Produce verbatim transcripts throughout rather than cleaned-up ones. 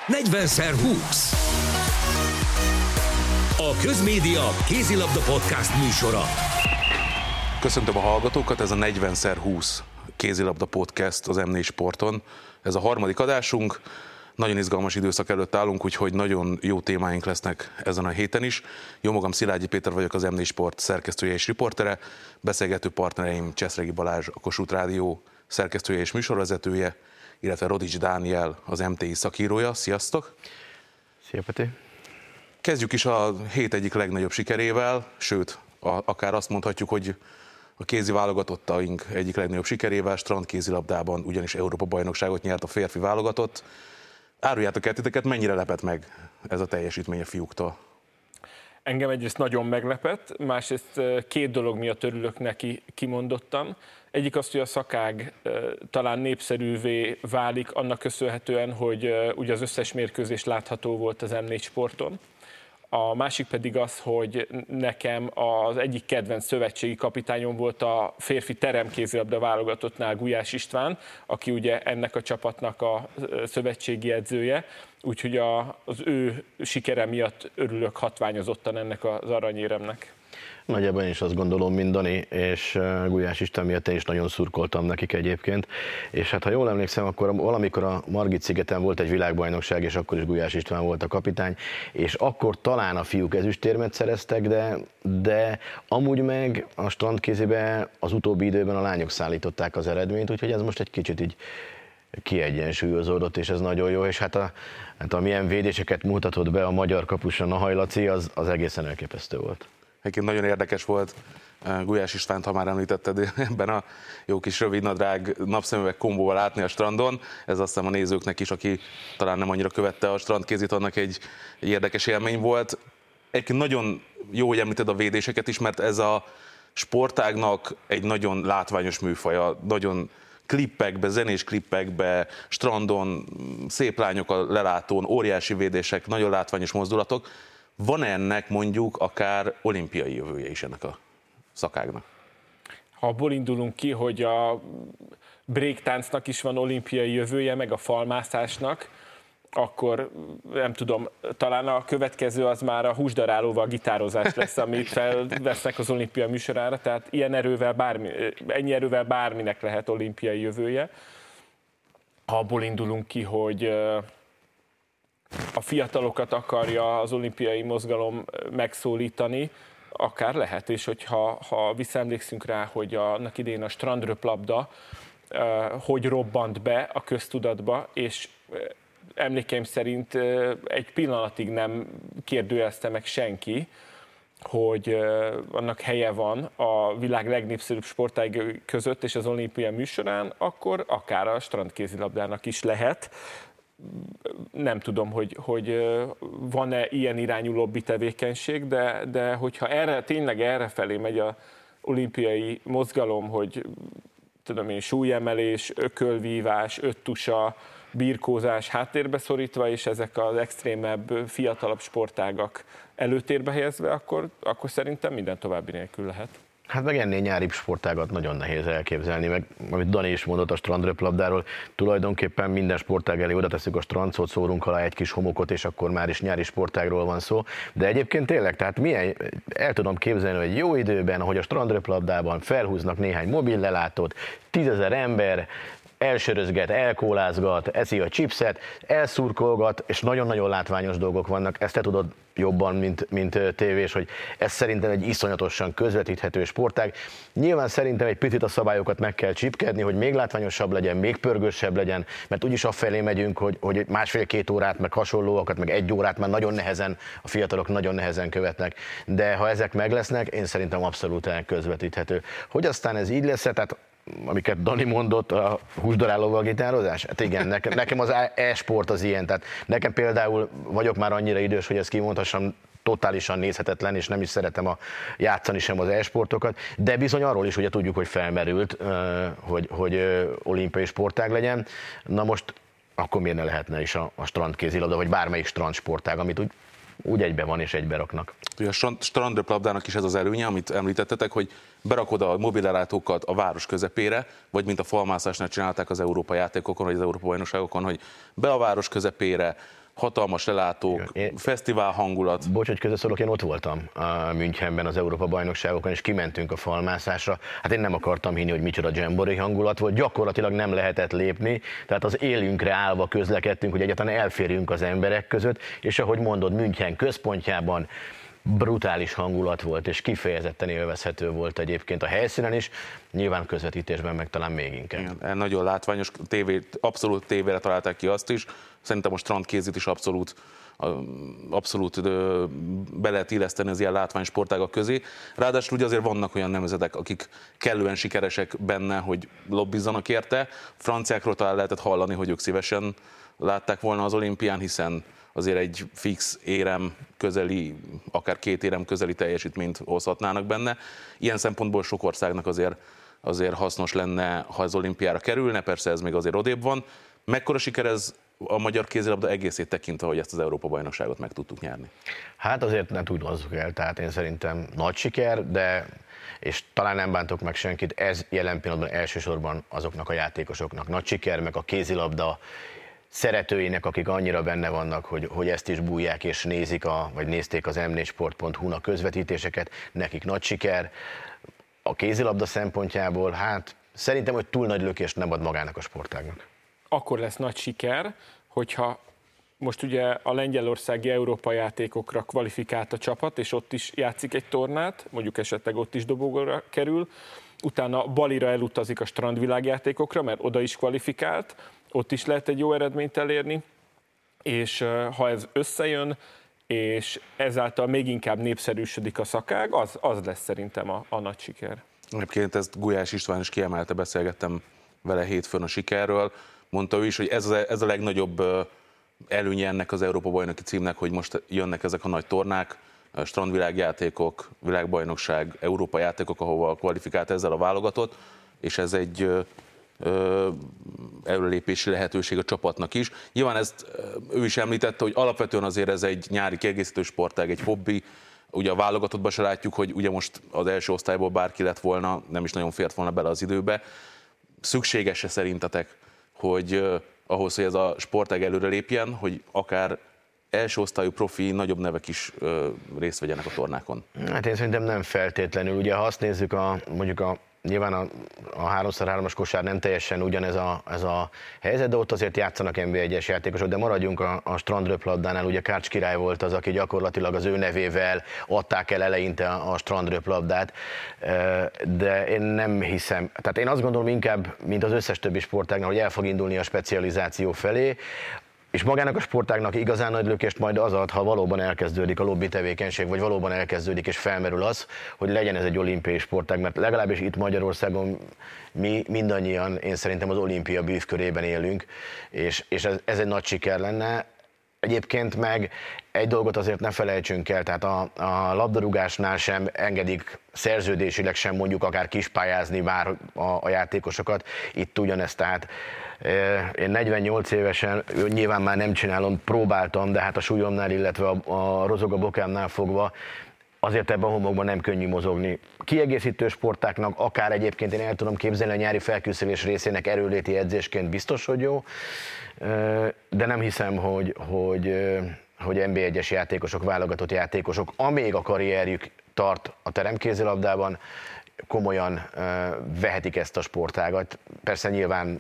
negyvenszer húsz. A Közmédia kézilabda podcast műsora. Köszöntöm a hallgatókat, ez a negyvenszer húsz kézilabda podcast az em négy Sporton. Ez a harmadik adásunk, nagyon izgalmas időszak előtt állunk, úgyhogy nagyon jó témáink lesznek ezen a héten is. Jó magam, Szilágyi Péter vagyok, az em négy Sport szerkesztője és riportere. Beszélgető partnereim Cseszregi Balázs, a Kossuth Rádió szerkesztője és műsorvezetője, illetve Rodics Dániel, az em té i szakírója. Sziasztok! Szia, Peti! Kezdjük is a hét egyik legnagyobb sikerével, sőt, a, akár azt mondhatjuk, hogy a kézi válogatottaink egyik legnagyobb sikerével, strandkézilabdában ugyanis Európa-bajnokságot nyert a férfi válogatott. Áruljátok el titeket, mennyire lepett meg ez a teljesítmény a fiúktól? Engem egyrészt nagyon meglepett, másrészt két dolog miatt örülök neki kimondottan. Egyik az, hogy a szakág talán népszerűvé válik annak köszönhetően, hogy ugye az összes mérkőzés látható volt az em négy Sporton. A másik pedig az, hogy nekem az egyik kedvenc szövetségi kapitányom volt a férfi teremkézilabda válogatottnál Gulyás István, aki ugye ennek a csapatnak a szövetségi edzője, úgyhogy a, az ő sikere miatt örülök hatványozottan ennek az aranyéremnek. Nagyjából én is azt gondolom, mint Dani, és Gulyás István miatt én is nagyon szurkoltam nekik egyébként. És hát ha jól emlékszem, akkor valamikor a Margit-szigeten volt egy világbajnokság, és akkor is Gulyás István volt a kapitány, és akkor talán a fiúk ezüstérmet szereztek, de, de amúgy meg a strandkézibe az utóbbi időben a lányok szállították az eredményt, úgyhogy ez most egy kicsit így kiegyensúlyozódott, és ez nagyon jó, és hát, a, hát amilyen védéseket mutatott be a magyar kapus, a Nahaj Laci, az, az egészen elképesztő volt. Egyébként nagyon érdekes volt Gulyás Istvánt, ha már említetted, ebben a jó kis rövidnadrág napszemüveg kombóval látni a strandon. Ez azt hiszem a nézőknek is, aki talán nem annyira követte a strandkézit, annak egy, egy érdekes élmény volt. Egyébként nagyon jó, hogy említed a védéseket is, mert ez a sportágnak egy nagyon látványos műfaja, nagyon klippekbe, zenés klippekbe, strandon, szép lányok a lelátón, óriási védések, nagyon látványos mozdulatok. Van ennek mondjuk akár olimpiai jövője is ennek a szakágnak? Ha abból indulunk ki, hogy a breaktáncnak is van olimpiai jövője, meg a falmászásnak, akkor nem tudom, talán a következő az már a húsdarálóval gitározás lesz, amit felvesznek az olimpia műsorára, tehát ilyen erővel bármi, ennyi erővel bárminek lehet olimpiai jövője. Ha abból indulunk ki, hogy a fiatalokat akarja az olimpiai mozgalom megszólítani, akár lehet, és hogyha ha visszaemlékszünk rá, hogy annak idején a strandröplabda hogy robbant be a köztudatba, és emlékeim szerint egy pillanatig nem kérdőjelezte meg senki, hogy annak helye van a világ legnépszerűbb sportágai között és az olimpia műsorán, akkor akár a strandkézilabdának is lehet. Nem tudom, hogy, hogy van-e ilyen irányú lobby tevékenység, de, de hogyha erre, tényleg erre felé megy az olimpiai mozgalom, hogy tudom én, súlyemelés, ökölvívás, öttusa, birkózás háttérbe szorítva, és ezek az extrémebb, fiatalabb sportágak előtérbe helyezve, akkor, akkor szerintem minden további nélkül lehet. Hát meg ennél nyáribb sportágat nagyon nehéz elképzelni, meg amit Dani is mondott a strandröplabdáról, tulajdonképpen minden sportág elé oda tesszük a strandszót, szórunk alá egy kis homokot, és akkor már is nyári sportágról van szó. De egyébként tényleg, tehát milyen, el tudom képzelni, hogy jó időben, ahogy a strandröplabdában felhúznak néhány mobil lelátót, tízezer ember, elsörözget, elkólázgat, eszi a chipset, elszurkolgat, és nagyon-nagyon látványos dolgok vannak. Ezt te tudod jobban, mint, mint tévés, hogy ez szerintem egy iszonyatosan közvetíthető sportág. Nyilván szerintem egy picit a szabályokat meg kell csipkedni, hogy még látványosabb legyen, még pörgősebb legyen, mert úgyis afelé megyünk, hogy, hogy másfél-két órát, meg hasonlóakat, meg egy órát már nagyon nehezen, a fiatalok nagyon nehezen követnek. De ha ezek meg lesznek, én szerintem abszolút közvetíthető. Hogy aztán ez így lesz, tehát amiket Dani mondott, a húsdarálóval gitározás? Hát igen, nekem, nekem az e-sport az ilyen, tehát nekem például vagyok már annyira idős, hogy ezt kimondhassam, totálisan nézhetetlen, és nem is szeretem a játszani sem az e-sportokat, de bizony arról is ugye tudjuk, hogy felmerült, hogy, hogy olimpiai sportág legyen. Na most akkor miért ne lehetne is a, a strandkézilabda, vagy bármelyik strandsportág, amit úgy, úgy egybe van és egybe raknak. A strandröplabdának is ez az előnye, amit említettetek, hogy berakod a mobilellátókat a város közepére, vagy mint a falmászásnál csinálták az Európa játékokon, vagy az Európa bajnokságokon, hogy be a város közepére, hatalmas lelátók, én... fesztivál hangulat. Bocs, hogy közösszólok, én ott voltam a Münchenben az Európa-bajnokságokon, és kimentünk a falmászásra. Hát én nem akartam hinni, hogy micsoda dzsembori hangulat volt, gyakorlatilag nem lehetett lépni, tehát az élünkre állva közlekedtünk, hogy egyáltalán elférjünk az emberek között, és ahogy mondod, München központjában brutális hangulat volt, és kifejezetten élvezhető volt egyébként a helyszínen is, nyilván közvetítésben meg talán még inkább. Igen, nagyon látványos, tévé, abszolút tévére találták ki azt is, szerintem a strandkézit is abszolút, abszolút be lehet illeszteni az ilyen látványsportágak közé. Ráadásul ugye azért vannak olyan nemzetek, akik kellően sikeresek benne, hogy lobbizzanak érte. Franciákról talán lehetett hallani, hogy ők szívesen látták volna az olimpián, hiszen azért egy fix érem közeli, akár két érem közeli teljesítményt hozhatnának benne. Ilyen szempontból sok országnak azért, azért hasznos lenne, ha az olimpiára kerülne, persze ez még azért odébb van. Mekkora siker ez a magyar kézilabda egészét tekintve, hogy ezt az Európa-bajnokságot meg tudtuk nyerni? Hát azért nem tudnozzuk el, tehát én szerintem nagy siker, de és talán nem bántok meg senkit, ez jelen pillanatban elsősorban azoknak a játékosoknak nagy siker, meg a kézilabda szeretőinek, akik annyira benne vannak, hogy, hogy ezt is bújják és nézik, a, vagy nézték az em négy sport pont hu-n a közvetítéseket, nekik nagy siker. A kézilabda szempontjából, hát szerintem, hogy túl nagy lökést nem ad magának a sportágnak. Akkor lesz nagy siker, hogyha most ugye a lengyelországi Európa játékokra kvalifikált a csapat, és ott is játszik egy tornát, mondjuk esetleg ott is dobogóra kerül, utána Balira elutazik a strandvilágjátékokra, mert oda is kvalifikált, ott is lehet egy jó eredményt elérni, és ha ez összejön, és ezáltal még inkább népszerűsödik a szakág, az, az lesz szerintem a, a nagy siker. Egyébként ezt Gulyás István is kiemelte, beszélgettem vele hétfőn a sikerről, mondta ő is, hogy ez a, ez a legnagyobb előnye ennek az Európa-bajnoki címnek, hogy most jönnek ezek a nagy tornák, strandvilágjátékok, világbajnokság, Európa játékok, ahova kvalifikált ezzel a válogatott, és ez egy ö, előlépési lehetőség a csapatnak is. Nyilván ezt ő is említette, hogy alapvetően azért ez egy nyári kiegészítő sportág, egy hobbi. Ugye a válogatottban se látjuk, hogy ugye most az első osztályból bárki lett volna, nem is nagyon fért volna bele az időbe. Szükséges-e szerintetek, hogy uh, ahhoz, hogy ez a sportág előre lépjen, hogy akár első osztályú profi, nagyobb nevek is uh, részt vegyenek a tornákon? Hát én szerintem nem feltétlenül. Ugye ha azt nézzük, a, mondjuk a nyilván a, a háromszor hármas kosár nem teljesen ugyanez a, ez a helyzet, de ott azért játszanak en bé egyes játékosok, de maradjunk a, a strandröplabdánál, ugye Kárcs király volt az, aki gyakorlatilag az ő nevével adták el eleinte a, a strandröplabdát, de én nem hiszem, tehát én azt gondolom inkább, mint az összes többi sportágnál, hogy el fog indulni a specializáció felé, és magának a sportágnak igazán nagy lökést majd az ad, ha valóban elkezdődik a lobby tevékenység, vagy valóban elkezdődik és felmerül az, hogy legyen ez egy olimpiai sportág, mert legalábbis itt Magyarországon mi mindannyian, én szerintem az olimpia bűvkörében élünk, és, és ez, ez egy nagy siker lenne. Egyébként meg egy dolgot azért ne felejtsünk el, tehát a, a labdarúgásnál sem engedik szerződésileg sem mondjuk akár kispályázni már a, a játékosokat, itt ugyanezt, tehát én negyvennyolc évesen, nyilván már nem csinálom, próbáltam, de hát a súlyomnál, illetve a, a rozog a bokámnál fogva, azért ebben a homokban nem könnyű mozogni. Kiegészítő sportáknak, akár egyébként én el tudom képzelni a nyári felkészülés részének erőléti edzésként biztos, hogy jó, de nem hiszem, hogy, hogy, hogy en bé egyes játékosok, válogatott játékosok, amíg a karrierjük tart a teremkézilabdában, komolyan vehetik ezt a sportágat. Persze nyilván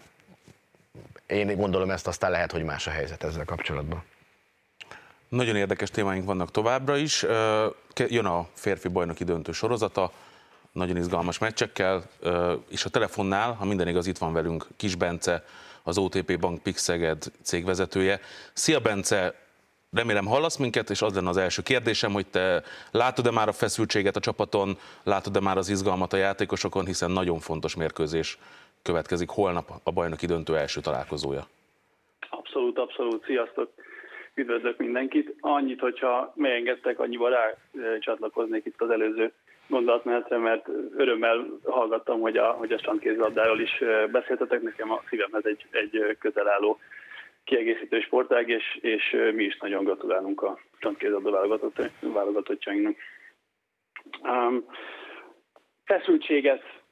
én gondolom ezt, aztán lehet, hogy más a helyzet ezzel kapcsolatban. Nagyon érdekes témáink vannak továbbra is. Jön a férfi bajnoki döntő sorozata, nagyon izgalmas meccsekkel, és a telefonnál, ha minden igaz, itt van velünk Kis Bence, az o té pé Bank Pix Szeged cégvezetője. Szia Bence, remélem hallasz minket, és az lenne az első kérdésem, hogy te látod-e már a feszültséget a csapaton, látod-e már az izgalmat a játékosokon, hiszen nagyon fontos mérkőzés következik holnap a bajnoki döntő első találkozója. Abszolút, abszolút. Sziasztok! Üdvözlök mindenkit. Annyit, hogyha megengedtek, annyival rá csatlakoznék itt az előző gondolatmenetre, mert örömmel hallgattam, hogy a, hogy a strandkézilabdáról is beszéltetek. Nekem a szívemhez egy, egy közel álló kiegészítő sportág, és, és mi is nagyon gratulálunk a strandkézilabda válogatott, válogatottjainknak. Um, feszültséget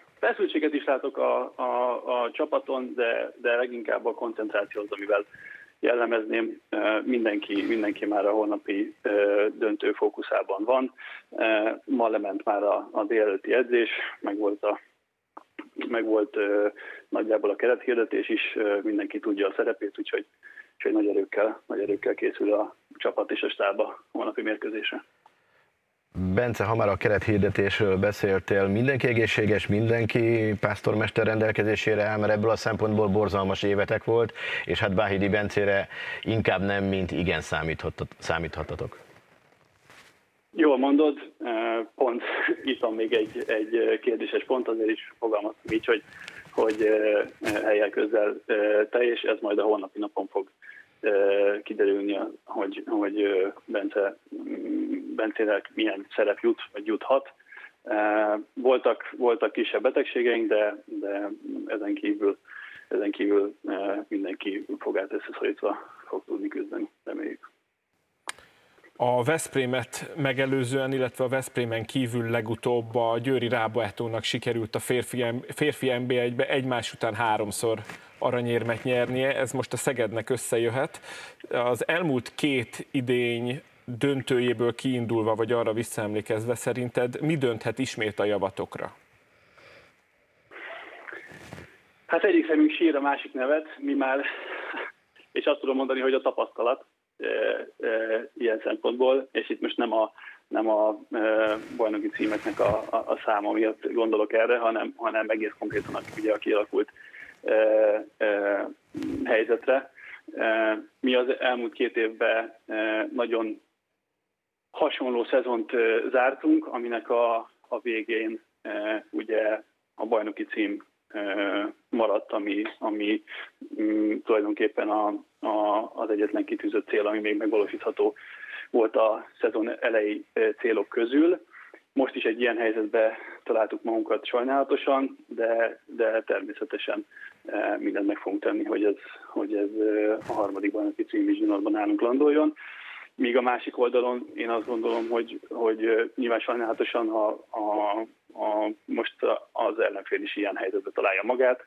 Feszültséget is látok a, a, a csapaton, de, de leginkább a koncentráció az, amivel jellemezném. Mindenki, mindenki már a holnapi döntő fókuszában van. Ma lement már a, a délelőtti edzés, meg volt, a, meg volt nagyjából a kerethirdetés is, mindenki tudja a szerepét, úgyhogy, úgyhogy nagy erőkkel, nagy erőkkel készül a csapat és a stáb a holnapi mérkőzésre. Bence, ha már a kerethirdetésről beszéltél, mindenki egészséges, mindenki pásztormester rendelkezésére áll, mert ebből a szempontból borzalmas évetek volt, és hát Vahidi Bencére inkább nem, mint igen számíthatatok. Jól mondod, pont itt van még egy, egy kérdéses pont, azért is fogalmaztam így, hogy, hogy helyek közel te, és ez majd a holnapi napon fog kiderülni, hogy, hogy Bence, Bencének milyen szerep jut, vagy juthat. Voltak, voltak kisebb betegségeink, de, de ezen kívül, ezen kívül mindenki fogát összeszorítva fog tudni küzdeni, reméljük. A Veszprémet megelőzően, illetve a Veszprémen kívül legutóbb a Győri Rábaetónak sikerült a férfi, férfi en bé egybe egymás után háromszor aranyérmet nyernie, ez most a Szegednek összejöhet. Az elmúlt két idény döntőjéből kiindulva, vagy arra visszaemlékezve szerinted mi dönthet ismét a javatokra? Hát egyik szemünk sír a másik nevet, mi már, és azt tudom mondani, hogy a tapasztalat e, e, ilyen szempontból, és itt most nem a, nem a e, bajnoki címeknek a, a, a száma miatt gondolok erre, hanem, hanem egész konkrétan a, ugye, a kialakult e, e, helyzetre. E, mi az elmúlt két évben e, nagyon hasonló szezont e, zártunk, aminek a, a végén e, ugye a bajnoki cím maradt, ami, ami mm, tulajdonképpen a, a, az egyetlen kitűzött cél, ami még megvalósítható volt a szezon elejé célok közül. Most is egy ilyen helyzetbe találtuk magunkat sajnálatosan, de, de természetesen mindent meg fogunk tenni, hogy ez, hogy ez a harmadik bajnoki cím is zsinórban nálunk landoljon. Míg a másik oldalon én azt gondolom, hogy, hogy nyilván sajnálatosan, ha a, a, most az ellenfél is ilyen helyzetbe találja magát.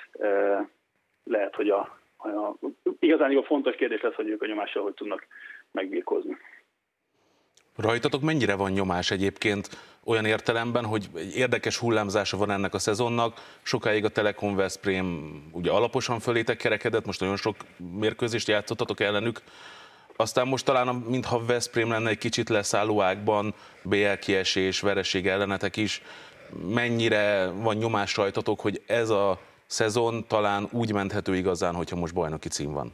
Lehet, hogy a, a, igazán a fontos kérdés lesz, hogy ők a nyomással hogy tudnak megbirkózni. Rajtatok mennyire van nyomás egyébként olyan értelemben, hogy egy érdekes hullámzása van ennek a szezonnak, sokáig a Telekom Veszprém ugye alaposan fölétek kerekedett, most nagyon sok mérkőzést játszottatok ellenük, aztán most talán, mintha Veszprém lenne egy kicsit leszálló ágban, bé el kiesés, vereség ellenetek is. Mennyire van nyomás rajtatok, hogy ez a szezon talán úgy menthető igazán, hogyha most bajnoki cím van?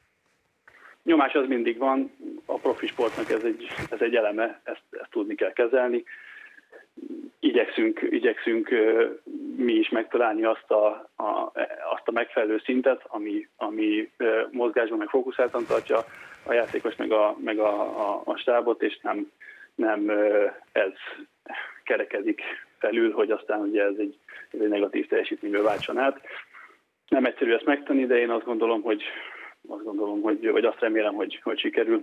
Nyomás az mindig van, a profi sportnak ez egy, ez egy eleme, ezt, ezt tudni kell kezelni. Igyekszünk, igyekszünk mi is megtalálni azt a, a, azt a megfelelő szintet, ami, ami mozgásban meg fókuszáltan tartja a játékos meg a, meg a, a, a stábot, és nem, nem ez kerekedik felül, hogy aztán ugye ez egy, ez egy negatív teljesítményből váltson át. Nem egyszerű ezt megtenni, de én azt gondolom, hogy azt gondolom, hogy, vagy azt remélem, hogy, hogy sikerül.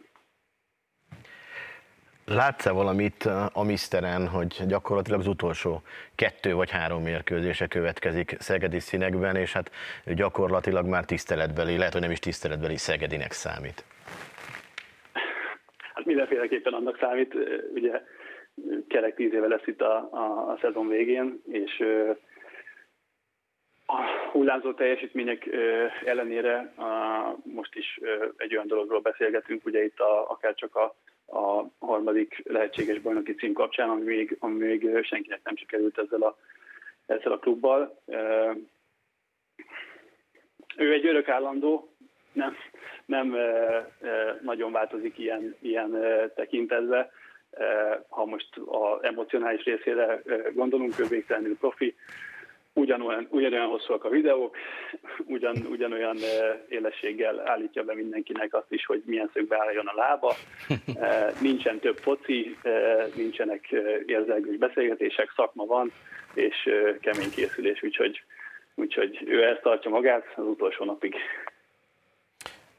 Látsz-e valamit a miszteren, hogy gyakorlatilag az utolsó kettő vagy három mérkőzése következik szegedi színekben, és hát gyakorlatilag már tiszteletbeli, lehet, hogy nem is tiszteletbeli Szegedinek számít? Hát mindenféleképpen annak számít, ugye kerek tíz éve lesz itt a, a, a szezon végén, és a hullámzó teljesítmények ellenére most is egy olyan dologról beszélgetünk, ugye itt a, akár csak a, a harmadik lehetséges bajnoki cím kapcsán, ami még, ami még senkinek nem sikerült ezzel a, ezzel a klubbal. Ő egy örök állandó, nem, nem nagyon változik ilyen, ilyen tekintetbe. Ha most az emocionális részére gondolunk, ő végtelenül profi, ugyanolyan, ugyanolyan hosszúak a videók, ugyan, ugyanolyan élességgel állítja be mindenkinek azt is, hogy milyen szögbe álljon a lába. Nincsen több foci, nincsenek érzelgős beszélgetések, szakma van, és kemény készülés, úgyhogy, úgyhogy ő ezt tartja magát az utolsó napig.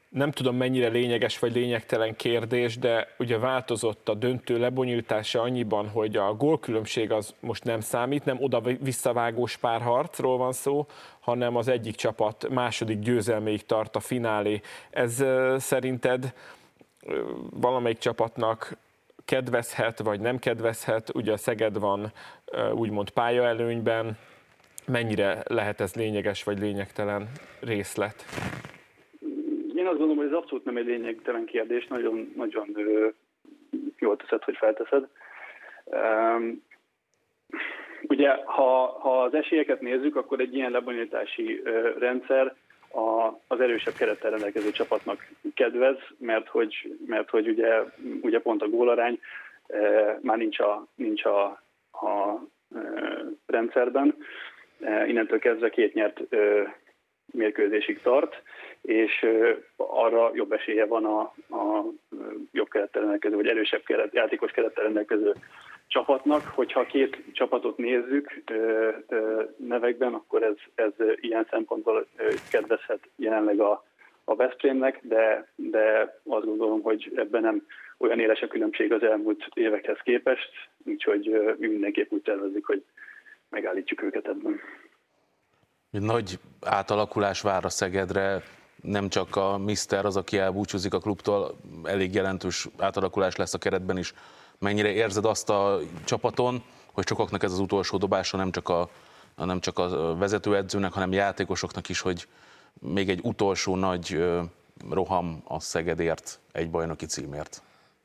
nem tudom mennyire lényeges vagy lényegtelen kérdés, de ugye változott a döntő lebonyolítása annyiban, hogy a gólkülönbség az most nem számít, nem oda-visszavágós párharcról van szó, hanem az egyik csapat második győzelméig tart a finálé. Ez szerinted valamelyik csapatnak kedvezhet, vagy nem kedvezhet? Ugye a Szeged van úgymond pályaelőnyben. Mennyire lehet ez lényeges vagy lényegtelen részlet? Én azt gondolom, hogy ez abszolút nem egy lényegtelen kérdés, nagyon, nagyon jól teszed, hogy felteszed. Um, ugye, ha, ha az esélyeket nézzük, akkor egy ilyen lebonyolítási uh, rendszer a, az erősebb kerettel rendelkező csapatnak kedvez, mert hogy, mert hogy ugye, ugye pont a gólarány uh, már nincs a, nincs a, a uh, rendszerben. Uh, innentől kezdve két nyert uh, mérkőzésig tart, és arra jobb esélye van a, a jobb kerettel rendelkező, vagy erősebb keret, játékos kerettel rendelkező csapatnak. Hogyha két csapatot nézzük nevekben, akkor ez, ez ilyen szempontból kedvezhet jelenleg a, a Veszprémnek, de, de azt gondolom, hogy ebben nem olyan éles a különbség az elmúlt évekhez képest, úgyhogy mi mindenképp úgy tervezzük, hogy megállítjuk őket ebben. Nagy átalakulás vár a Szegedre, nem csak a miszter az, aki elbúcsúzik a klubtól, elég jelentős átalakulás lesz a keretben is. Mennyire érzed azt a csapaton, hogy sokaknak ez az utolsó dobása, nem csak a, nem csak a vezetőedzőnek, hanem játékosoknak is, hogy még egy utolsó nagy roham a Szegedért, egy bajnoki címért?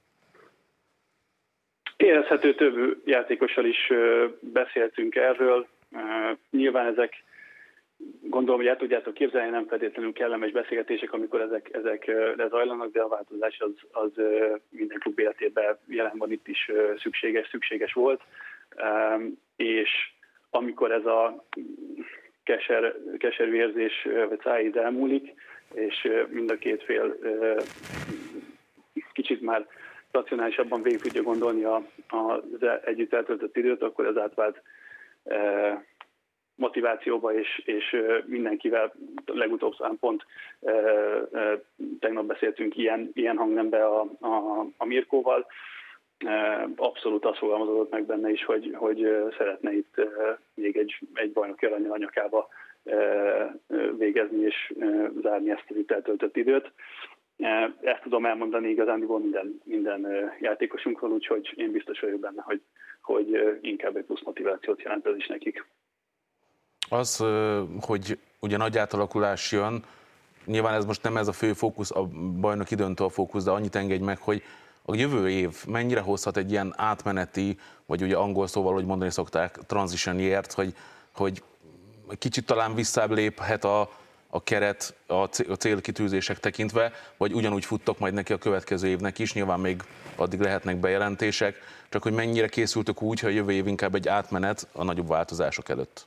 Érezhető, több játékossal is beszéltünk erről. Nyilván ezek, gondolom, hogy el tudjátok képzelni, nem feltétlenül kellemes beszélgetések, amikor ezek, ezek lezajlanak, de a változás az, az minden klub életében jelen van, itt is szükséges, szükséges volt. És amikor ez a keser, keserű érzés vagy szájíz elmúlik, és mind a két fél kicsit már racionálisabban végig tudja gondolni az együtt eltöltött időt, akkor ez átvált motivációba, és, és mindenkivel legutóbb szóval pont e, e, tegnap beszéltünk ilyen, ilyen hangnembe a, a, a Mirkóval. E, abszolút azt fogalmazódott meg benne is, hogy, hogy szeretne itt e, még egy, egy bajnoki arany a nyakába e, végezni és e, zárni ezt az itt eltöltött időt. E, ezt tudom elmondani igazándiból minden, minden játékosunkról, úgyhogy én biztos vagyok benne, hogy, hogy inkább egy plusz motivációt jelent ez is nekik. Az, hogy ugye nagy átalakulás jön, nyilván ez most nem ez a fő fókusz, a bajnoki döntő a fókusz, de annyit engedj meg, hogy a jövő év mennyire hozhat egy ilyen átmeneti, vagy ugye angol szóval, hogy mondani szokták, transition year-t, hogy, hogy kicsit talán visszább léphet a, a keret a célkitűzések tekintve, vagy ugyanúgy futtok majd neki a következő évnek is, nyilván még addig lehetnek bejelentések, csak hogy mennyire készültök úgy, hogy a jövő év inkább egy átmenet a nagyobb változások előtt?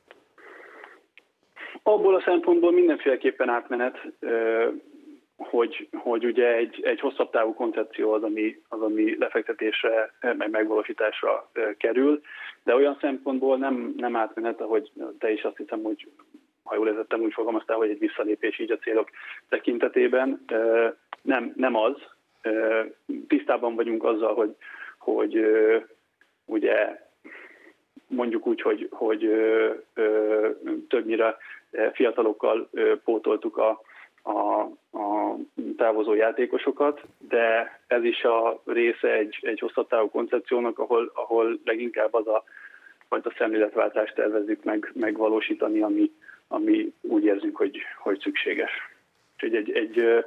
Abból a szempontból mindenféleképpen átmenet, hogy, hogy ugye egy, egy hosszabb távú koncepció az ami, az, ami lefektetésre, meg megvalósításra kerül, de olyan szempontból nem, nem átmenet, ahogy te is azt hiszem, hogy ha jól értettem, úgy fogalmaztál, hogy egy visszalépés így a célok tekintetében. Nem, nem az. Tisztában vagyunk azzal, hogy, hogy ugye mondjuk úgy, hogy, hogy többnyire fiatalokkal pótoltuk a, a, a távozó játékosokat, de ez is a része egy, egy hosszabb távú koncepciónak, ahol, ahol leginkább az a fajta szemléletváltást tervezzük meg, megvalósítani, ami, ami úgy érzünk, hogy, hogy szükséges. Úgyhogy egy, egy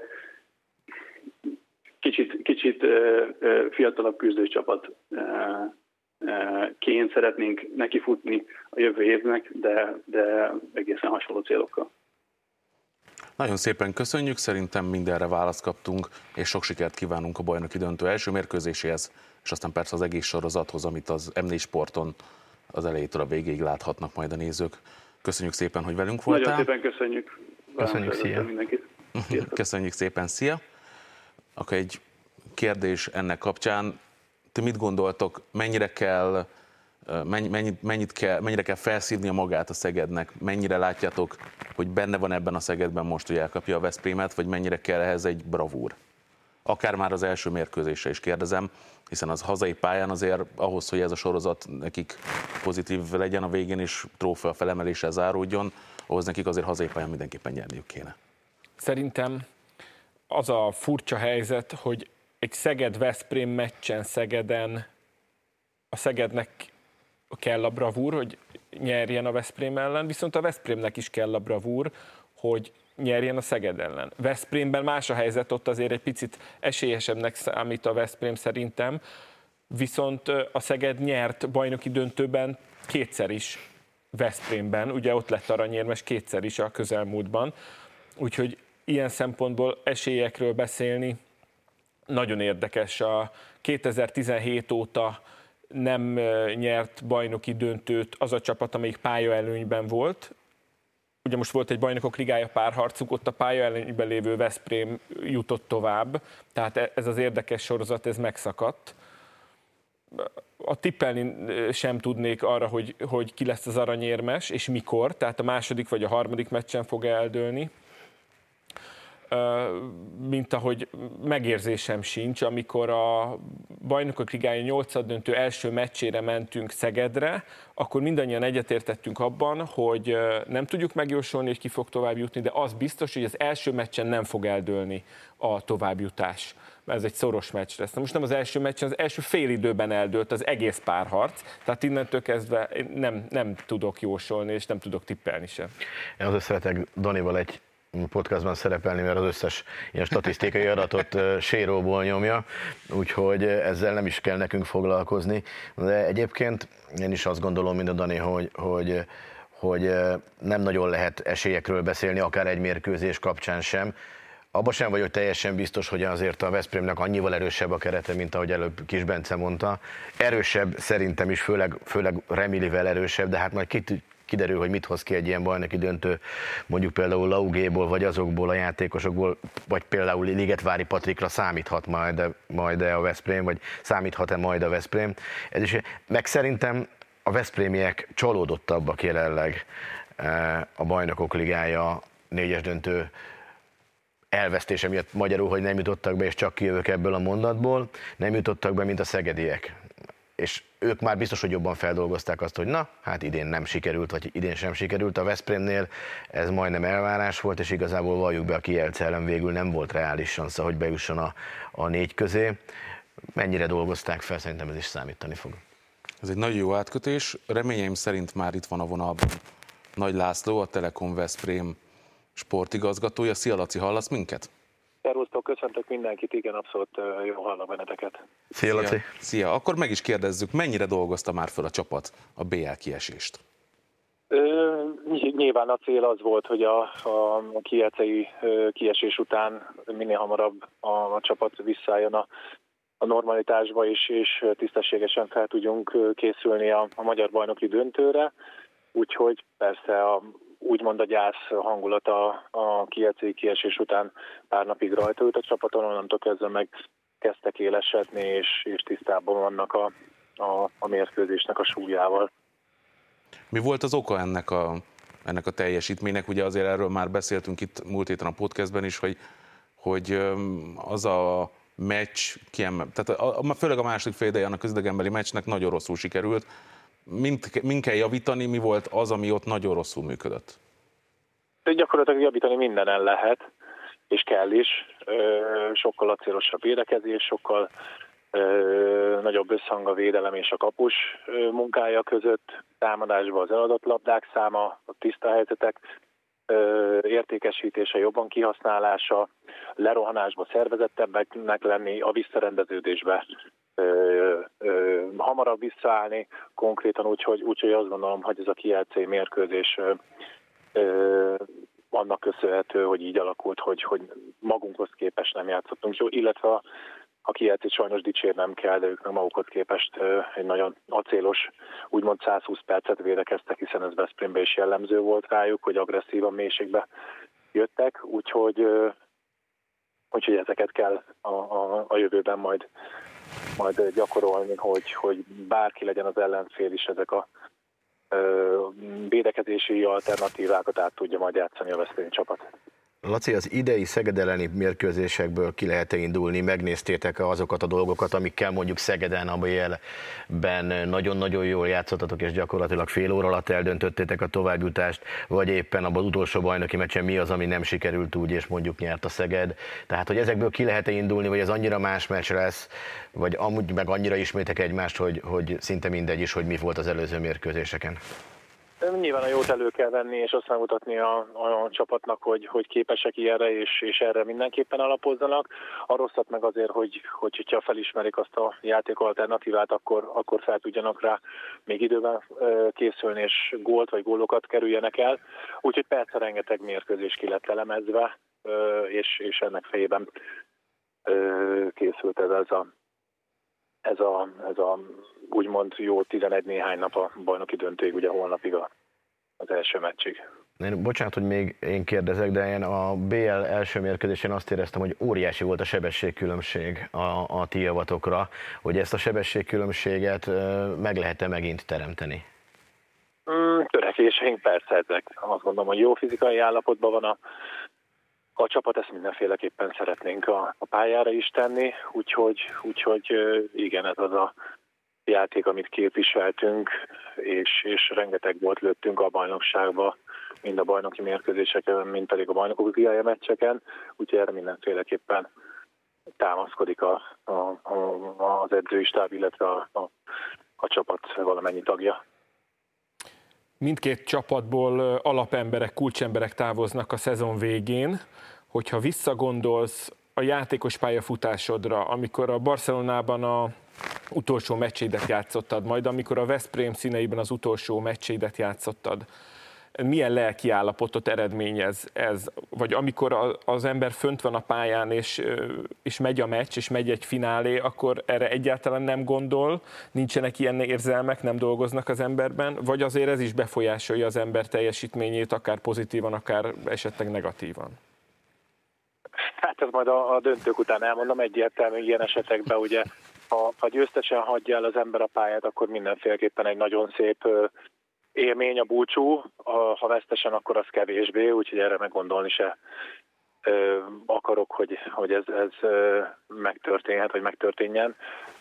kicsit, kicsit fiatalabb küzdőcsapat ként szeretnénk nekifutni a jövő évnek, de, de egészen hasonló célokkal. Nagyon szépen köszönjük, szerintem mindenre választ kaptunk, és sok sikert kívánunk a bajnoki döntő első mérkőzéséhez, és aztán persze az egész sorozathoz, amit az em négy Sporton az elejétől a végéig láthatnak majd a nézők. Köszönjük szépen, hogy velünk voltál. Nagyon szépen köszönjük. Köszönjük, szia. Mindenkit. Köszönjük szépen, szia. Akkor egy kérdés ennek kapcsán. Ti mit gondoltok, mennyire kell mennyit, mennyit kell, mennyire kell felszívnia magát a Szegednek, mennyire látjátok, hogy benne van ebben a Szegedben most, hogy elkapja a Veszprémet, vagy mennyire kell ehhez egy bravúr? Akár már az első mérkőzésre is kérdezem, hiszen az hazai pályán azért ahhoz, hogy ez a sorozat nekik pozitív legyen a végén, és trófea felemeléssel záródjon, ahhoz nekik azért hazai pályán mindenképpen nyerniük kéne. Szerintem az a furcsa helyzet, hogy egy Szeged-Veszprém meccsen Szegeden a Szegednek kell a bravúr, hogy nyerjen a Veszprém ellen, viszont a Veszprémnek is kell a bravúr, hogy nyerjen a Szeged ellen. Veszprémben más a helyzet, ott azért egy picit esélyesebbnek számít a Veszprém szerintem, viszont a Szeged nyert bajnoki döntőben kétszer is Veszprémben, ugye ott lett aranyérmes kétszer is a közelmúltban, úgyhogy ilyen szempontból esélyekről beszélni nagyon érdekes. A kétezer-tizenhét óta nem nyert bajnoki döntőt az a csapat, amelyik pályaelőnyben volt. Ugye most volt egy bajnokok ligája párharcuk, ott a pályaelőnyben lévő Veszprém jutott tovább, tehát ez az érdekes sorozat, ez megszakadt. A tippelni sem tudnék arra, hogy, hogy ki lesz az aranyérmes, és mikor, tehát a második vagy a harmadik meccsen fog eldőlni. Mint ahogy megérzésem sincs, amikor a bajnokok ligája nyolcaddöntő első meccsére mentünk Szegedre, akkor mindannyian egyetértettünk abban, hogy nem tudjuk megjósolni, hogy ki fog tovább jutni, de az biztos, hogy az első meccsen nem fog eldőlni a továbbjutás, mert ez egy szoros meccs lesz. Na most nem az első meccsen, az első fél időben eldőlt az egész párharc, tehát innentől kezdve nem, nem tudok jósolni, és nem tudok tippelni sem. Én azért szeretek Danival egy podcastban szerepelni, mert az összes ilyen statisztikai adatot séróból nyomja, úgyhogy ezzel nem is kell nekünk foglalkozni. De egyébként én is azt gondolom, mint a Dani, hogy, hogy, hogy nem nagyon lehet esélyekről beszélni, akár egy mérkőzés kapcsán sem. Abban sem vagyok teljesen biztos, hogy azért a Veszprémnek annyival erősebb a kerete, mint ahogy előbb Kis Bence mondta. Erősebb szerintem is, főleg, főleg Remilivel erősebb, de hát majd kit kiderül, hogy mit hoz ki egy ilyen bajnoki döntő, mondjuk például Laugéból, vagy azokból a játékosokból, vagy például Ligetvári Patrikra számíthat majd, majd a Veszprém, vagy számíthat-e majd a Veszprém. Ez is, meg szerintem a veszprémiek csalódottabbak jelenleg a Bajnokok Ligája négyes döntő elvesztése miatt, magyarul, hogy nem jutottak be, és csak kijövök ebből a mondatból, nem jutottak be, mint a szegediek. És ők már biztos, hogy jobban feldolgozták azt, hogy na, hát idén nem sikerült, vagy idén sem sikerült. A Veszprémnél ez majdnem elvárás volt, és igazából valljuk be, a Kielce ellen végül nem volt reális sansza, hogy bejusson a, a négy közé. Mennyire dolgozták fel, szerintem ez is számítani fog. Ez egy nagyon jó átkötés. Reményeim szerint már itt van a vonalban Nagy László, a Telekom Veszprém sportigazgatója. Szia Laci, hallasz minket? Szervusztok, köszöntök mindenkit, igen, abszolút jó hallak benneteket. Szia Laci! Szia. Szia, akkor meg is kérdezzük, mennyire dolgozta már fel a csapat a bé el kiesést? Ö, nyilván a cél az volt, hogy a, a kielcei kiesés után minél hamarabb a, a csapat visszaálljon a, a normalitásba, és, és tisztességesen fel tudjunk készülni a, a magyar bajnoki döntőre, úgyhogy persze a úgymond a gyász hangulata a kielcei kiesés után pár napig rajta ült a csapaton, onnantól kezdve meg kezdtek élesedni, és, és tisztában vannak a, a, a mérkőzésnek a súlyával. Mi volt az oka ennek a, ennek a teljesítménynek? Ugye azért erről már beszéltünk itt múlt héten a podcastben is, hogy, hogy az a meccs kiemel, tehát a, a, főleg a második fél ideje annak az idegenbeli meccsnek nagyon rosszul sikerült. Mind, mind kell javítani, mi volt az, ami ott nagyon rosszul működött? Gyakorlatilag javítani mindenen lehet, és kell is. Sokkal acélosabb védekezés, sokkal nagyobb összhang a védelem és a kapus munkája között, támadásban az eladott labdák száma, a tiszta helyzetek értékesítése, jobban kihasználása, lerohanásba szervezettebbeknek lenni, a visszarendeződésbe Ö, ö, hamarabb visszaállni, konkrétan úgy, hogy, úgy, hogy azt gondolom, hogy ez a kielcei mérkőzés ö, ö, annak köszönhető, hogy így alakult, hogy, hogy magunkhoz képest nem játszottunk jó, illetve a, a kielcét sajnos dicsérnem kell, de ők meg magukhoz képest ö, egy nagyon acélos, úgymond százhúsz percet védekeztek, hiszen ez Veszprémben is jellemző volt rájuk, hogy agresszívan mélységbe jöttek, úgyhogy, ö, úgyhogy ezeket kell a, a, a jövőben majd majd gyakorolni, hogy, hogy bárki legyen az ellenfél is, ezek a ö, védekezési alternatívákat át tudja majd játszani a Veszprém csapat. Laci, az idei Szeged elleni mérkőzésekből ki lehet indulni? Megnéztétek azokat a dolgokat, amikkel mondjuk Szegeden, a bé el-ben nagyon-nagyon jól játszottatok, és gyakorlatilag fél óra alatt eldöntöttétek a továbbjutást, vagy éppen abban az utolsó bajnoki meccsen mi az, ami nem sikerült úgy, és mondjuk nyert a Szeged? Tehát, hogy ezekből ki lehet indulni, vagy ez annyira más meccs lesz, vagy amúgy meg annyira ismétek egymást, hogy, hogy szinte mindegy is, hogy mi volt az előző mérkőzéseken? Nyilván a jót elő kell venni, és azt megmutatni a, a csapatnak, hogy, hogy képesek ilyenre, és, és erre mindenképpen alapozzanak. A rosszat meg azért, hogy, hogy hogyha felismerik azt a játék alternatívát, akkor, akkor fel tudjanak rá még időben készülni, és gólt vagy gólokat kerüljenek el. Úgyhogy persze rengeteg mérkőzés ki lett elemezve, és, és ennek fejében készült ez, ez a Ez a, ez a úgymond jó tizenegy néhány nap a bajnoki döntőig, ugye holnapig a, az első meccsig. Én, bocsánat, hogy még én kérdezek, de én a bé el első mérkőzésén azt éreztem, hogy óriási volt a sebességkülönbség a, a ti javatokra, hogy ezt a sebességkülönbséget meg lehet-e megint teremteni? Mm, törekvéseink persze ezek. Azt gondolom, hogy jó fizikai állapotban van a A csapat, ezt mindenféleképpen szeretnénk a, a pályára is tenni, úgyhogy, úgyhogy igen, ez az a játék, amit képviseltünk, és, és rengeteg volt lőttünk a bajnokságba, mind a bajnoki mérkőzéseken, mind pedig a bajnokok ligája meccseken, úgyhogy erre mindenféleképpen támaszkodik a, a, a, az edzői stáb, illetve a, a, a csapat valamennyi tagja. Mindkét csapatból alapemberek, kulcsemberek távoznak a szezon végén. Hogyha visszagondolsz a játékos pályafutásodra, amikor a Barcelonában a utolsó meccseidet játszottad, majd amikor a Veszprém színeiben az utolsó meccseidet játszottad, milyen lelki állapotot eredményez ez? Vagy amikor az ember fönt van a pályán, és, és megy a meccs, és megy egy finálé, akkor erre egyáltalán nem gondol, nincsenek ilyen érzelmek, nem dolgoznak az emberben, vagy azért ez is befolyásolja az ember teljesítményét, akár pozitívan, akár esetleg negatívan? Hát ez majd a, a döntők után elmondom, egyértelmű ilyen esetekben, ugye, ha, ha győztesen hagyja el az ember a pályát, akkor mindenféleképpen egy nagyon szép élmény a búcsú, ha vesztesen, akkor az kevésbé, úgyhogy erre meg gondolni se ö, akarok, hogy, hogy ez, ez ö, megtörténhet, vagy megtörténjen.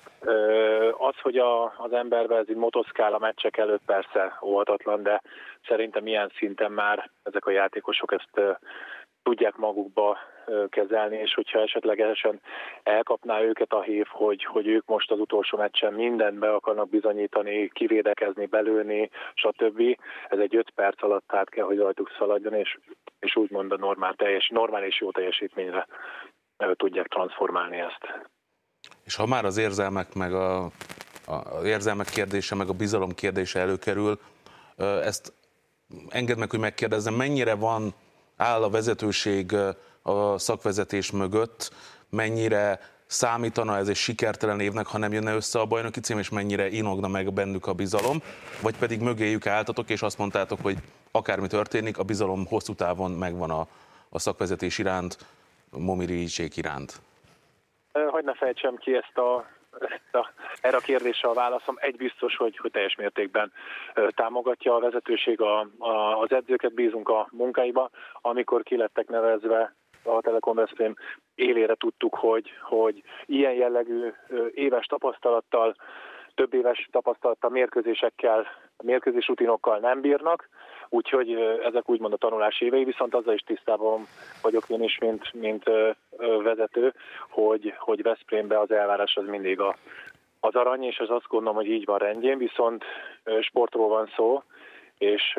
Ö, az, hogy a, az emberben ez így motoszkál a meccsek előtt, persze óhatatlan, de szerintem ilyen szinten már ezek a játékosok ezt ö, tudják magukba kezelni, és hogyha esetlegesen elkapná őket a hív, hogy, hogy ők most az utolsó meccsen mindent be akarnak bizonyítani, kivédekezni, belőni, stb. Ez egy öt perc alatt át kell, hogy rajtuk szaladjon, és, és úgymond a normál, teljes, normál és jó teljesítményre tudják transformálni ezt. És ha már az érzelmek, meg a, a, az érzelmek kérdése, meg a bizalom kérdése előkerül, ezt engedd meg, hogy megkérdezzem, mennyire van áll a vezetőség a szakvezetés mögött, mennyire számítana ez egy sikertelen évnek, ha nem jönne össze a bajnoki cím, és mennyire inogna meg bennük a bizalom, vagy pedig mögéjük álltatok, és azt mondtátok, hogy akármi történik, a bizalom hosszú távon megvan a, a szakvezetés iránt, Momiricsék iránt. Hogy ne fejtsem ki ezt a A, erre a kérdésre a válaszom. Egy biztos, hogy, hogy teljes mértékben támogatja a vezetőség a, a, az edzőket, bízunk a munkáiba. Amikor ki lettek nevezve a Telekom Veszprém élére, tudtuk, hogy, hogy ilyen jellegű éves tapasztalattal, több éves tapasztalattal, mérkőzésekkel, mérkőzés rutinokkal nem bírnak, úgyhogy ezek úgymond a tanulás évei, viszont azzal is tisztában vagyok én is, mint, mint vezető, hogy, hogy Veszprémbe az elvárás az mindig a, az arany, és az azt gondolom, hogy így van rendjén, viszont sportról van szó, és,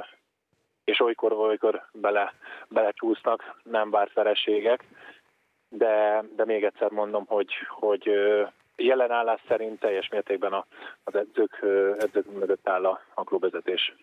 és olykor, olykor bele, belecsúsznak nem várt vereségek, de, de még egyszer mondom, hogy, hogy jelen állás szerint teljes mértékben az edzők, edzők mögött áll a, a klubvezetés.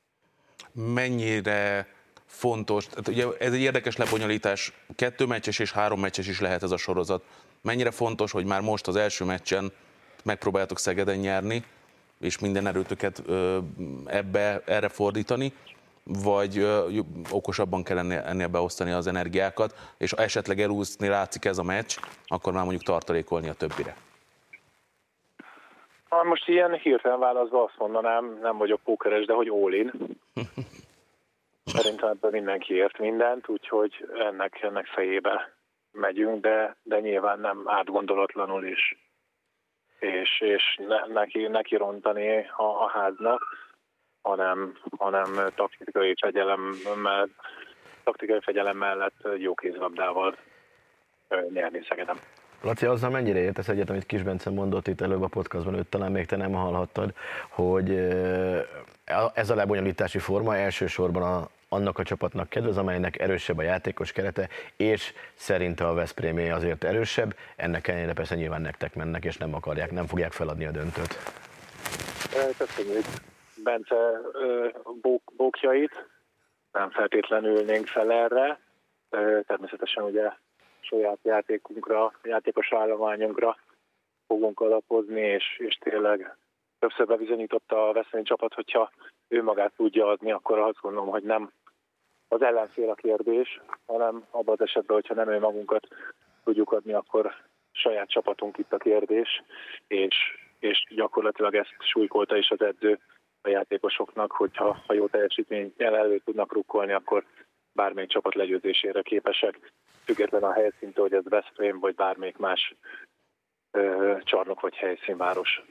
Mennyire fontos, tehát ugye ez egy érdekes lebonyolítás, kettő meccses és három meccses is lehet ez a sorozat. Mennyire fontos, hogy már most az első meccsen megpróbáljátok Szegeden nyerni, és minden erőtöket ebbe, erre fordítani, vagy okosabban kell ennél beosztani az energiákat, és esetleg elúszni látszik ez a meccs, akkor már mondjuk tartalékolni a többire. Ha most ilyen hirtelen válaszba azt mondanám, nem vagyok pókeres, de hogy all in. Szerintem ebben mindenki ért mindent, úgyhogy ennek, ennek fejébe megyünk, de, de nyilván nem átgondolatlanul is, és, és ne, neki, neki rontani a, a háznak, hanem, hanem taktikai fegyelemmel, taktikai fegyelem mellett jó kézlabdával nyerni Szegedem. Laci, azzal mennyire értesz egyet, amit Kis Bence mondott itt előbb a podcastban, őt talán még te nem hallhattad, hogy ez a lebonyolítási forma elsősorban a, annak a csapatnak kedvez, amelynek erősebb a játékos kerete, és szerinte a Veszprémé azért erősebb, ennek ellenére persze nyilván nektek mennek, és nem akarják, nem fogják feladni a döntőt. Köszönjük Bence bók, bókjait, nem feltétlenül ülnénk fel erre, természetesen ugye saját játékunkra, játékos állományunkra fogunk alapozni, és, és tényleg többször bebizonyította a Veszprém csapat, hogyha ő magát tudja adni, akkor azt gondolom, hogy nem az ellenfél a kérdés, hanem abban az esetben, hogyha nem ő magunkat tudjuk adni, akkor saját csapatunk itt a kérdés, és, és gyakorlatilag ezt súlykolta is az edző a játékosoknak, hogyha ha jó teljesítmény elő tudnak rukkolni, akkor bármelyik csapat legyőzésére képesek, független a helyszíntől, hogy ez Veszprém vagy bármelyik más ö, csarnok vagy helyszínváros.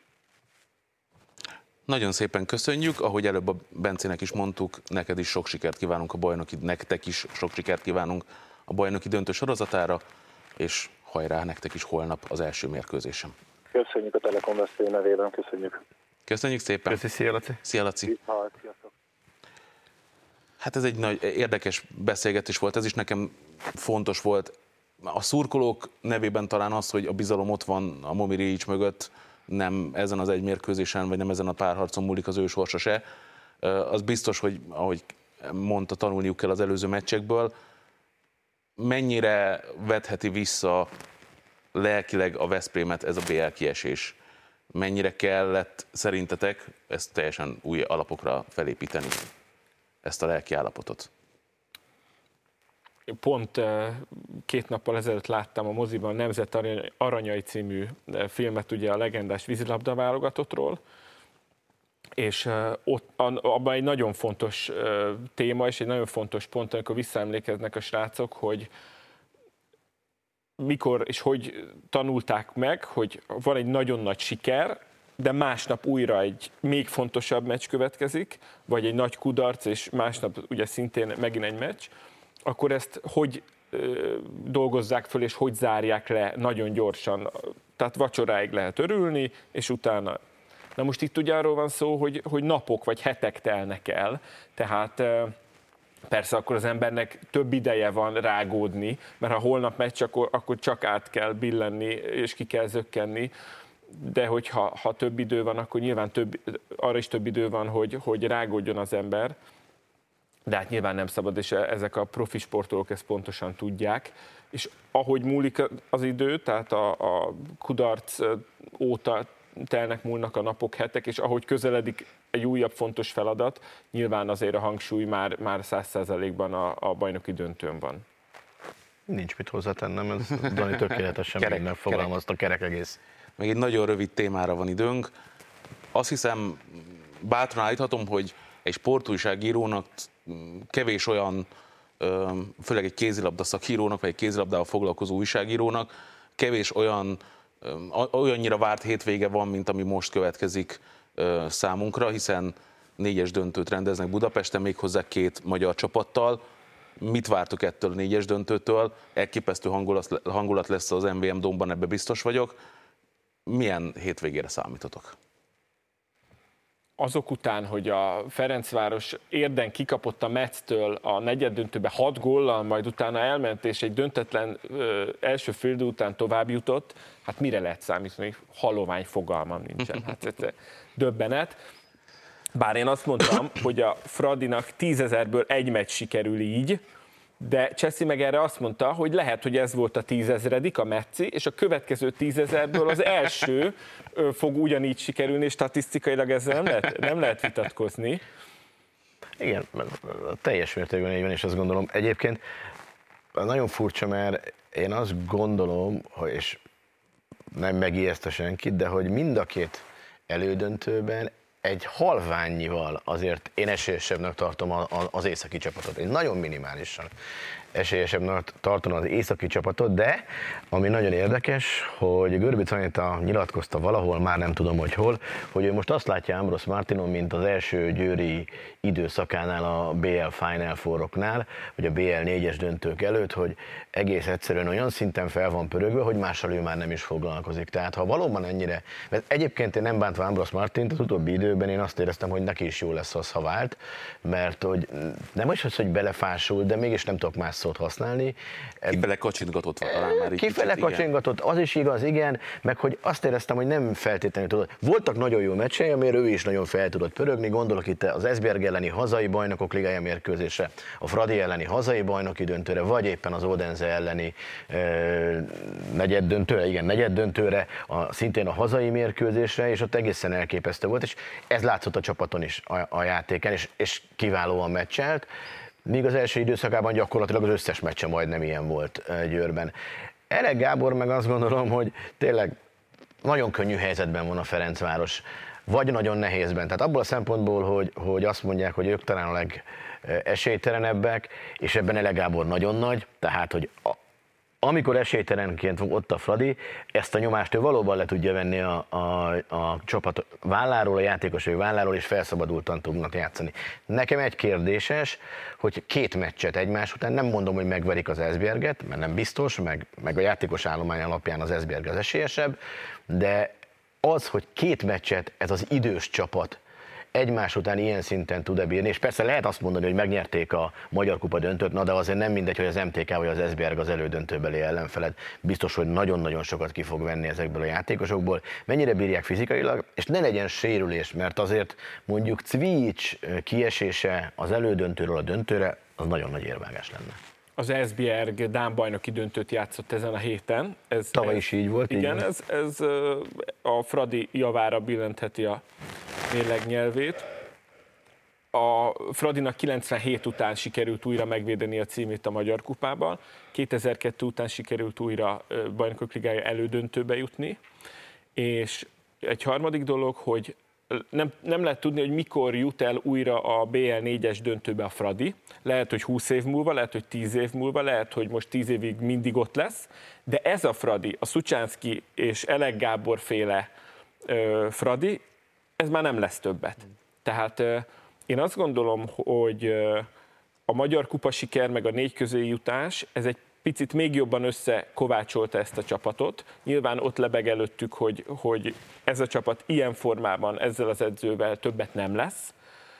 Nagyon szépen köszönjük, ahogy előbb a Bencének is mondtuk, neked is sok sikert kívánunk a bajnoki, nektek is sok sikert kívánunk a bajnoki döntő sorozatára, és hajrá, nektek is holnap az első mérkőzésem. Köszönjük a Telekom Veszprém nevében, köszönjük. Köszönjük szépen. Köszi, szia Laci. Szia Laci. Sziasztok. Hát ez egy nagy érdekes beszélgetés volt, ez is nekem fontos volt. A szurkolók nevében talán az, hogy a bizalom ott van a Momiriics mögött, nem ezen az egy mérkőzésen, vagy nem ezen a párharcon múlik az ő sorsa se. Az biztos, hogy ahogy mondta, tanulniuk kell az előző meccsekből. Mennyire vetheti vissza lelkileg a Veszprémet ez a bé el kiesés? Mennyire kellett szerintetek ezt teljesen új alapokra felépíteni, ezt a lelki állapotot? Pont két nappal ezelőtt láttam a moziban a Nemzet Aranyai című filmet, ugye a legendás vízilabda válogatottról, és ott, abban egy nagyon fontos téma, és egy nagyon fontos pont, amikor visszaemlékeznek a srácok, hogy mikor és hogy tanulták meg, hogy van egy nagyon nagy siker, de másnap újra egy még fontosabb meccs következik, vagy egy nagy kudarc, és másnap ugye szintén megint egy meccs, akkor ezt hogy ö, dolgozzák föl, és hogy zárják le nagyon gyorsan. Tehát vacsoráig lehet örülni, és utána... Na most itt ugye arról van szó, hogy, hogy napok vagy hetek telnek el, tehát ö, persze akkor az embernek több ideje van rágódni, mert ha holnap meccs, akkor, akkor csak át kell billenni, és ki kell zökkenni, de hogyha ha több idő van, akkor nyilván több, arra is több idő van, hogy, hogy rágódjon az ember, de hát nyilván nem szabad, és ezek a profi sportolók ezt pontosan tudják, és ahogy múlik az idő, tehát a, a kudarc óta telnek, múlnak a napok, hetek, és ahogy közeledik egy újabb fontos feladat, nyilván azért a hangsúly már, már száz százalékban a, a bajnoki döntőn van. Nincs mit hozzátennem, ez Dani tökéletesen kerek, minden fogalmazta, kerek egész. Még egy nagyon rövid témára van időnk. Azt hiszem, bátran állíthatom, hogy egy sportújságírónak kevés olyan, főleg egy kézilabda szakírónak, vagy egy kézilabdával foglalkozó újságírónak, kevés olyan, olyannyira várt hétvége van, mint ami most következik számunkra, hiszen négyes döntőt rendeznek Budapesten, méghozzá két magyar csapattal. Mit vártok ettől a négyes döntőtől? Elképesztő hangulat lesz az em vé em Domban, ebbe biztos vagyok. Milyen hétvégére számítotok? Azok után, hogy a Ferencváros érden kikapott a Metz-től a negyeddöntőbe hat góllal, majd utána elment, és egy döntetlen ö, első félidő után tovább jutott, hát mire lehet számítani? Halovány fogalmam nincsen. Hát ez döbbenet. Bár én azt mondtam, hogy a Fradinak tízezerből egy meccs sikerül így, de Cseszi meg erre azt mondta, hogy lehet, hogy ez volt a tízezredik, a Metzi, és a következő tízezerből az első fog ugyanígy sikerülni, és statisztikailag ezzel nem lehet, nem lehet vitatkozni. Igen, teljes mértékben így van, és azt gondolom. Egyébként nagyon furcsa, mert én azt gondolom, hogy és nem megijeszt senkit, de hogy mind a két elődöntőben egy halványival azért én esélyesebbnek tartom a, a, az északi csapatot. Én nagyon minimálisan esélyesebbnek tartom az északi csapatot, de ami nagyon érdekes, hogy Görbic Anita nyilatkozta valahol, már nem tudom, hogy hol, hogy ő most azt látja Ambros Martinon, mint az első győri időszakánál a bé el Final Four-oknál, vagy a bé el négyes döntők előtt, hogy egész egyszerűen olyan szinten fel van pörögve, hogy mással ő már nem is foglalkozik. Tehát ha valóban ennyire, mert egyébként én nem bántva Ambros Martint, az utóbbi időben én azt éreztem, hogy neki is jó lesz az, ha vált, mert hogy nem is az, hogy belefásult, de mégis nem tudok más szót használni. Kifele kacsintgatott van talán már. Kifele kacsintgatott, az is igaz, igen, meg hogy azt éreztem, hogy nem feltétlenül tudott. Voltak nagyon jó meccsei, amire ő is nagyon fel tudott pörögni, gondolok itt az Esbjerg elleni hazai bajnokok ligája mérkőzésre, a Fradi elleni hazai bajnoki döntőre, vagy éppen az Odense elleni e, negyed döntőre, igen, negyed döntőre, a, szintén a hazai mérkőzésre, és ott egészen elképesztő volt, és ez látszott a csapaton is a, a játéken, és, és kiválóan meccselt. Míg az első időszakában gyakorlatilag az összes meccse majdnem ilyen volt Győrben. Elek Gábor meg azt gondolom, hogy tényleg nagyon könnyű helyzetben van a Ferencváros, vagy nagyon nehézben. Tehát abból a szempontból, hogy, hogy azt mondják, hogy ők talán a legesélytelenebbek, és ebben Elek Gábor nagyon nagy, tehát hogy a, amikor esélytelenként ott a Fradi, ezt a nyomást ő valóban le tudja venni a, a, a csapat válláról, a játékosai válláról, és felszabadultan tudnak játszani. Nekem egy kérdéses, hogy két meccset egymás után, nem mondom, hogy megverik az Esbjerget, mert nem biztos, meg, meg a játékos állomány alapján az Esbjerg az esélyesebb, de az, hogy két meccset ez az idős csapat egymás után ilyen szinten tud-e bírni, és persze lehet azt mondani, hogy megnyerték a Magyar Kupa döntőt, na de azért nem mindegy, hogy az em té ká vagy az Esbjerg az elődöntőbeli ellenfeled. Biztos, hogy nagyon-nagyon sokat ki fog venni ezekből a játékosokból. Mennyire bírják fizikailag, és ne legyen sérülés, mert azért mondjuk Cvics kiesése az elődöntőről a döntőre, az nagyon nagy érvágás lenne. Az Esbjerg dán bajnoki döntőt játszott ezen a héten. Ez, Tavaly ez, is így volt. Igen, így ez, ez a Fradi javára billentheti a mérleg nyelvét. A Fradinak kilencvenhét után sikerült újra megvédeni a címét a Magyar Kupában, kétezer-kettő után sikerült újra Bajnokok Ligája elődöntőbe jutni, és egy harmadik dolog, hogy nem, nem lehet tudni, hogy mikor jut el újra a bé el négyes döntőbe a Fradi. Lehet, hogy húsz év múlva, lehet, hogy tíz év múlva, lehet, hogy most tíz évig mindig ott lesz, de ez a Fradi, a Szucsánszky és Elek Gábor féle ö, Fradi, ez már nem lesz többet. Tehát ö, én azt gondolom, hogy ö, a Magyar Kupa siker, meg a négy közé jutás, ez egy picit még jobban összekovácsolta ezt a csapatot. Nyilván ott lebeg előttük, hogy, hogy ez a csapat ilyen formában, ezzel az edzővel többet nem lesz,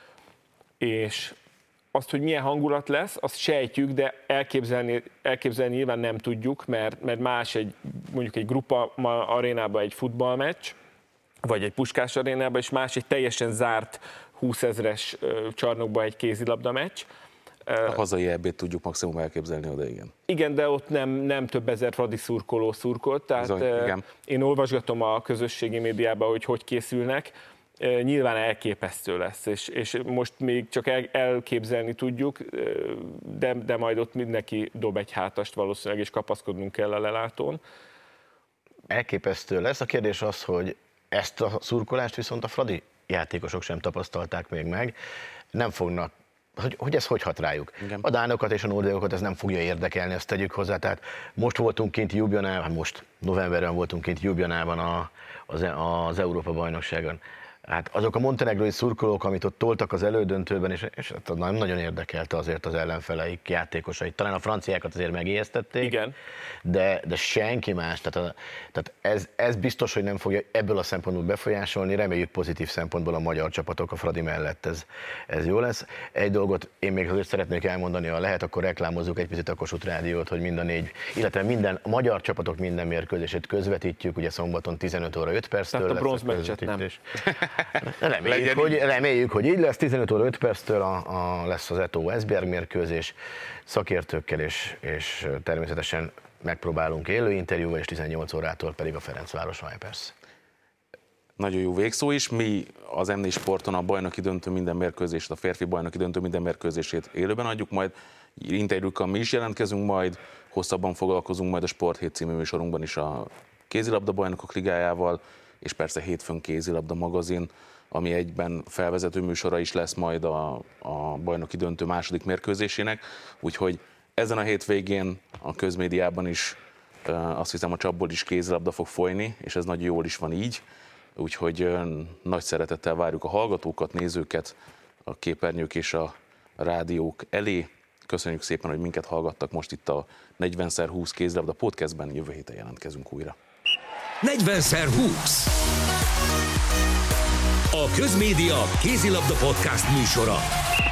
és azt, hogy milyen hangulat lesz, azt sejtjük, de elképzelni, elképzelni nyilván nem tudjuk, mert, mert más egy, mondjuk egy Grupa arénában egy futballmeccs, vagy egy Puskás arénában, és más egy teljesen zárt húszezres csarnokban egy kézilabda meccs. A hazai é bét tudjuk maximum elképzelni oda, igen. Igen, de ott nem, nem több ezer Fradi szurkoló szurkolt, tehát Bizony, igen. Én olvasgatom a közösségi médiában, hogy hogy készülnek, nyilván elképesztő lesz, és, és most még csak el, elképzelni tudjuk, de, de majd ott mindenki dob egy hátast valószínűleg, és kapaszkodnunk kell a lelátón. Elképesztő lesz. A kérdés az, hogy ezt a szurkolást viszont a Fradi játékosok sem tapasztalták még meg, nem fognak. Hogy, hogy ez hogy hat rájuk? Igen. A dánokat és a norvégokat ez nem fogja érdekelni, ezt tegyük hozzá. Tehát most voltunk kint Ljubljanában, most novemberben voltunk kint Ljubljanában a, az, az Európa-bajnokságon. Hát azok a montenegrói szurkolók, amit ott toltak az elődöntőben, és, és nem nagyon érdekelte azért az ellenfeleik játékosait. Talán a franciákat azért megijesztették, Igen. De, de senki más. Tehát, a, tehát ez, ez biztos, hogy nem fogja ebből a szempontból befolyásolni. Reméljük pozitív szempontból a magyar csapatok a Fradi mellett ez, ez jó lesz. Egy dolgot én még azért szeretnék elmondani, ha lehet, akkor reklámozzuk egy picit a Kossuth Rádiót, hogy mind a négy, illetve minden, a magyar csapatok minden mérkőzését közvetítjük, ugye szombaton tizenöt óra öt perctől lesz a bronzmeccset nem. Reméljük hogy, reméljük, hogy így lesz, tizenöt óra öt perctől a, a, lesz az é té o Esbjerg mérkőzés szakértőkkel, és, és természetesen megpróbálunk élő interjúval, és tizennyolc órától pedig a Ferencváros Vipers. Nagyon jó végszó is. Mi az em négy Sporton a bajnoki döntő minden mérkőzést, a férfi bajnoki döntő minden mérkőzését élőben adjuk, majd interjúkkal mi is jelentkezünk, majd hosszabban foglalkozunk majd a Sporthét című műsorunkban is a kézilabda bajnokok ligájával, és persze hétfőn kézilabda magazin, ami egyben felvezető műsora is lesz majd a, a bajnoki döntő második mérkőzésének, úgyhogy ezen a hétvégén a közmédiában is azt hiszem a csapból is kézilabda fog folyni, és ez nagyon jól is van így, úgyhogy nagy szeretettel várjuk a hallgatókat, nézőket, a képernyők és a rádiók elé. Köszönjük szépen, hogy minket hallgattak most itt a negyven szer húsz kézilabda podcastben, jövő héten jelentkezünk újra. negyven szer húsz A Közmédia kézilabda podcast műsora.